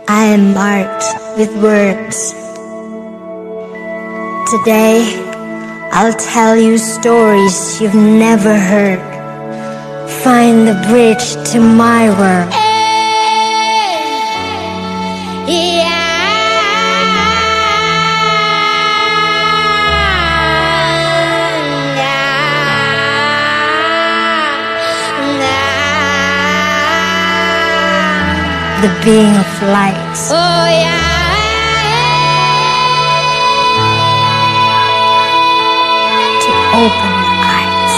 I am marked with words. Today, I'll tell you stories you've never heard. Find the bridge to my world. The being of light. Oh yeah. To open your eyes.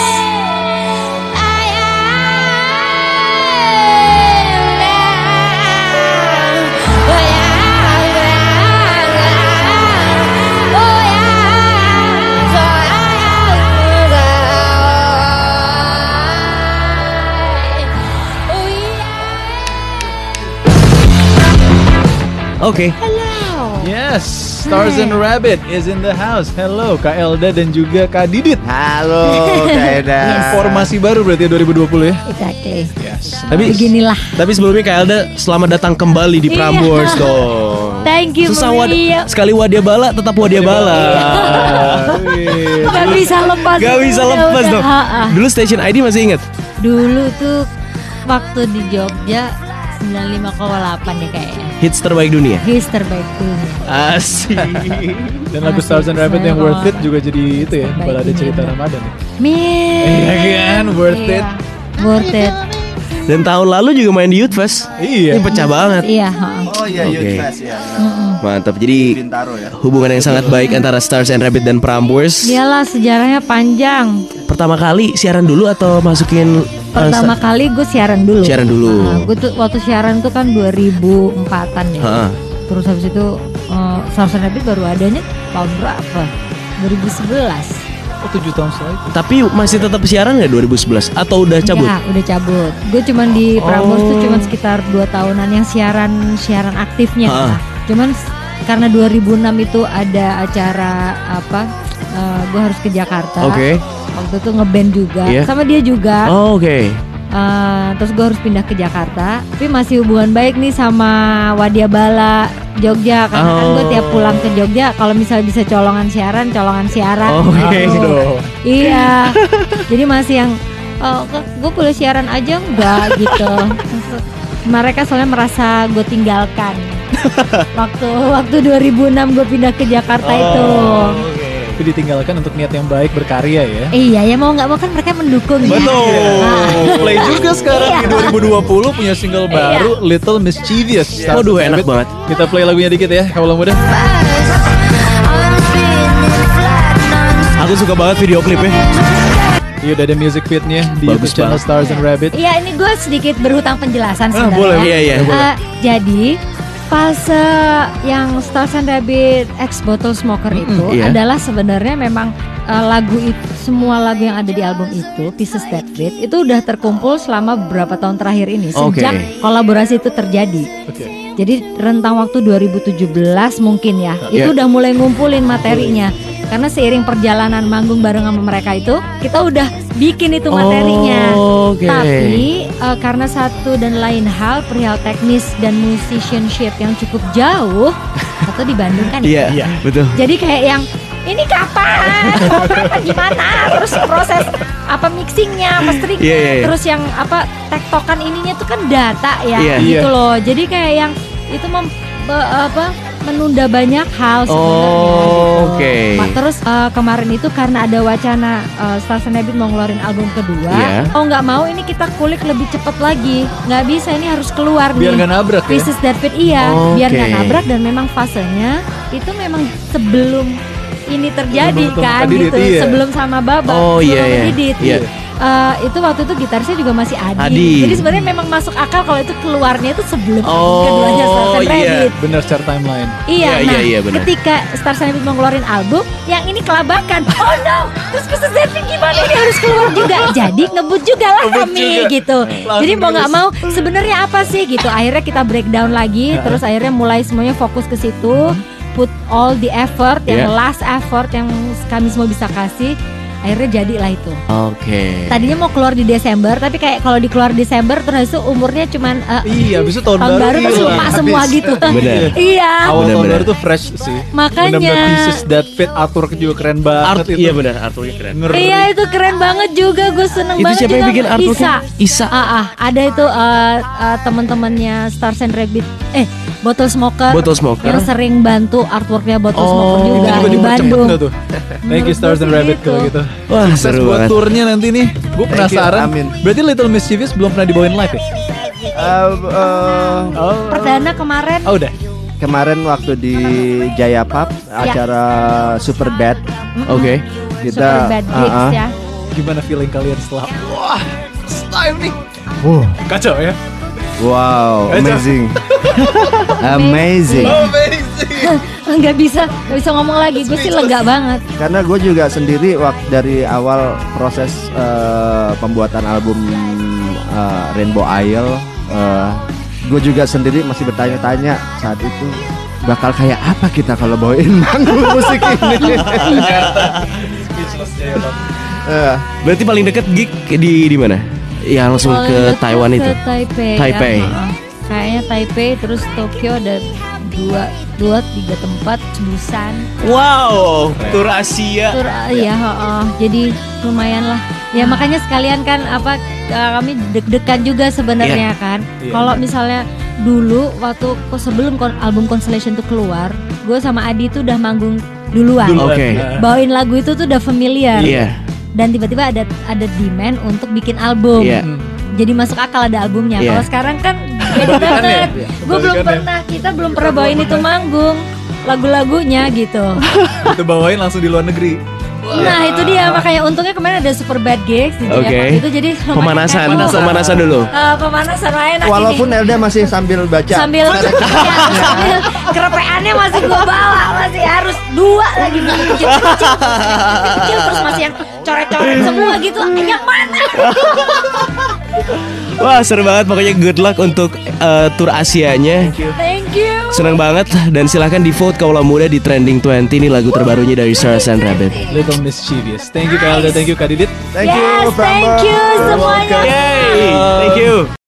Oke. Hello. Yes, Stars and Rabbit is in the house. Hello Kak Elda dan juga Kak Didit. Halo Kak Elda. Formasi baru berarti 2020 ya. Exactly. Yes. Beginilah. Tapi sebelumnya Kak Elda selamat datang kembali di Prambors dong. Thank you Susah Maria. sekali wadia bala tetap wadia bala. Gak bisa lepas. Gak bisa lepas dong. Dulu Station ID masih ingat? Dulu tuh waktu di Jogja 95,8 ya kayaknya. Hits terbaik dunia. Hits terbaik dunia. Asik. Dan lagu Stars and Rabbit yang Worth It juga jadi itu ya, balada cerita Ramadan ya. Iya kan, Worth It. Worth it. Dan tahun lalu juga main di Youth Fest. Iya. Ini pecah banget. Iya. Oh iya, Oke. Youth Fest ya. Mantap. Jadi Bintaro ya. hubungan yang sangat baik antara Stars and Rabbit dan Prambors. Iyalah sejarahnya panjang. Pertama kali siaran dulu atau masukin Pertama kali gue siaran dulu. Siaran dulu. Gue tuh waktu siaran tuh kan 2004-an ya. Ha-ha. Terus habis itu Stars and Rabbit baru adanya tahun berapa? 2011. Oh 7 tahun setelah itu. Tapi masih tetap siaran nggak 2011 atau udah cabut? Ya, udah cabut. Gue cuman di Prambors tuh cuman sekitar 2 tahunan yang siaran aktifnya. Ha-ha. Cuman karena 2006 itu ada acara apa? Gue harus ke Jakarta. Oke. Waktu itu ngeband juga, Iya. sama dia juga. Oh, oke. Terus gue harus pindah ke Jakarta. Tapi masih hubungan baik nih sama Wadia Bala Jogja. Karena kan gue tiap pulang ke Jogja, kalau misalnya bisa colongan siaran. Oke. Gitu. Iya. Jadi masih yang gue boleh siaran aja enggak gitu. Mereka soalnya merasa gue tinggalkan. waktu 2006 gue pindah ke Jakarta itu. Tapi ditinggalkan untuk niat yang baik berkarya ya. Iya ya, mau nggak mau kan mereka mendukung. Betul. Ya. Play juga sekarang Iya. di 2020 punya single baru Little Mischievous. Stars Waduh, and enak Rabbit. banget. Kita play lagunya dikit ya, kaula muda. Aku suka banget video klipnya. Iya, udah ada music fitnya di Bagus YouTube channel banget. Stars and Rabbit. Iya, ini gue sedikit berhutang penjelasan sebenarnya. boleh. Iya. Jadi fase yang Stars and Rabbit X Bottle Smoker itu iya. adalah sebenarnya memang lagu itu, semua lagu yang ada di album itu Pieces That Fit itu udah terkumpul selama beberapa tahun terakhir ini sejak kolaborasi itu terjadi. Oke. Jadi rentang waktu 2017 mungkin ya, itu udah mulai ngumpulin materinya. Karena seiring perjalanan manggung bareng sama mereka itu, kita udah bikin itu materinya. Oke. Tapi karena satu dan lain hal, perihal teknis dan musicianship yang cukup jauh, atau di Bandung kan ya. Iya, betul. Jadi kayak yang ini kapan, ngobrol gimana, terus proses apa mixingnya, masteringnya, Iya. terus yang apa tektokan ininya tuh kan data ya, Iya. gitu Iya. loh. Jadi kayak yang itu menunda banyak hal sebenarnya. Oke. Terus kemarin itu karena ada wacana Stars and Rabbit mau ngeluarin album kedua, Iya. nggak mau ini kita kulik lebih cepat lagi, nggak bisa ini harus keluar Biar nih. nggak nabrak ya. Pieces That Fit iya, biar Oke. nggak nabrak dan memang fasenya itu memang sebelum ini terjadi Sebelum kan Kak Didit, gitu, iya. sebelum sama Baba, Oh, sebelum iya, sama iya. Didit. Iya. Itu waktu itu gitarisnya juga masih Adi. Adi. Jadi sebenarnya memang masuk akal kalau itu keluarnya itu sebelum Oh, keduanya Stars and iya. Rabbit. Bener secara timeline. Iya, Iya, iya, benar. ketika Stars and Rabbit mau ngeluarin album, yang ini kelabakan. Oh no, terus Pieces That Fit gimana ini harus keluar juga. Jadi ngebut juga lah kami gitu. Jadi mau nggak mau sebenarnya apa sih gitu. Akhirnya kita breakdown lagi, terus akhirnya mulai semuanya fokus ke situ. Put all the effort, yang Yeah. last effort yang kami semua bisa kasih. Akhirnya jadilah itu. Oke. Tadinya mau keluar di Desember, tapi kayak kalau dikeluar Desember terus itu umurnya cuman Iya, abis itu tahun baru baru terus hilang. lupa semua Habis. gitu. Bener. Iya. Awal tahun Bener-bener. baru tuh fresh sih. Makanya. Bener-bener pieces that fit, artwork juga keren banget itu. Iya benar, artworknya keren. Ngeri. Iya itu keren banget juga, gue seneng Itu banget siapa yang juga. bikin artworknya? Isa. Ada itu teman-temannya Stars and Rabbit, Bottle Smoker, Bottle Smoker. yang sering bantu artworknya Bottle Oh. Smoker juga Itu juga di dipercepet Bandung. nggak tuh? Thank you Stars and Menurut gue Rabbit sih kalau gitu. gitu. Wah, Sukses seru buat banget. turnya nanti nih. Gue penasaran. amin. Berarti Little Mischievous belum pernah dibawain live ya? Perdana kemarin. Oh udah. Kemarin waktu di Jaya Pub acara Super Bad Oke. Super Bad Gigs ya. Gimana feeling kalian setelah wah, it's time nih. Kacau ya. Wow, amazing. Amazing. Nggak bisa ngomong lagi. Gue sih lega banget. Karena gue juga sendiri waktu dari awal proses pembuatan album Rainbow Isle, gue juga sendiri masih bertanya-tanya saat itu bakal kayak apa kita kalau bawain manggung musik ini. Berarti paling deket gig di mana? Ya langsung Paling ke deket Taiwan ke itu. Taipei. Taipei. Ya. Kayaknya Taipei, terus Tokyo ada dua tiga tempat, Busan. Wow, tur Asia. Iya, jadi lumayan lah. Ya makanya sekalian kan kami deg-degan juga sebenarnya kan. Iya. Kalau misalnya dulu waktu sebelum album Constellation tuh keluar, gue sama Adi tuh udah manggung duluan. Oke. Bawain lagu itu tuh udah familiar. Iya. Dan tiba-tiba ada demand untuk bikin album. Iya. Jadi masuk akal ada albumnya. Iya. Kalau sekarang kan beda banget. Gue belum Kebalikannya. kita belum pernah bawain itu manggung lagu-lagunya gitu. Itu bawain langsung di luar negeri. Nah itu dia, makanya untungnya kemarin ada Super Bad Gigs di Oke. Jaya Pub itu, jadi lumayan Pemanasan enak. dulu. Pemanasan lumayan enak Walaupun ini. Elda masih sambil baca. Sambil kerepeannya masih gue bawa, masih harus dua lagi buku kecil terus masih yang coret-coret semua gitu. Yang mana? Wah, seru banget. Pokoknya good luck untuk tur Asianya. Thank you. Senang banget dan silahkan di vote Kaula Muda di Trending 20. Ini lagu terbarunya dari Stars and Rabbit. Little Mischievous. Thank you Kak Alda, thank you Kak Didit. Thank you, Yes, thank Prambors. you semuanya. Yay! Thank you.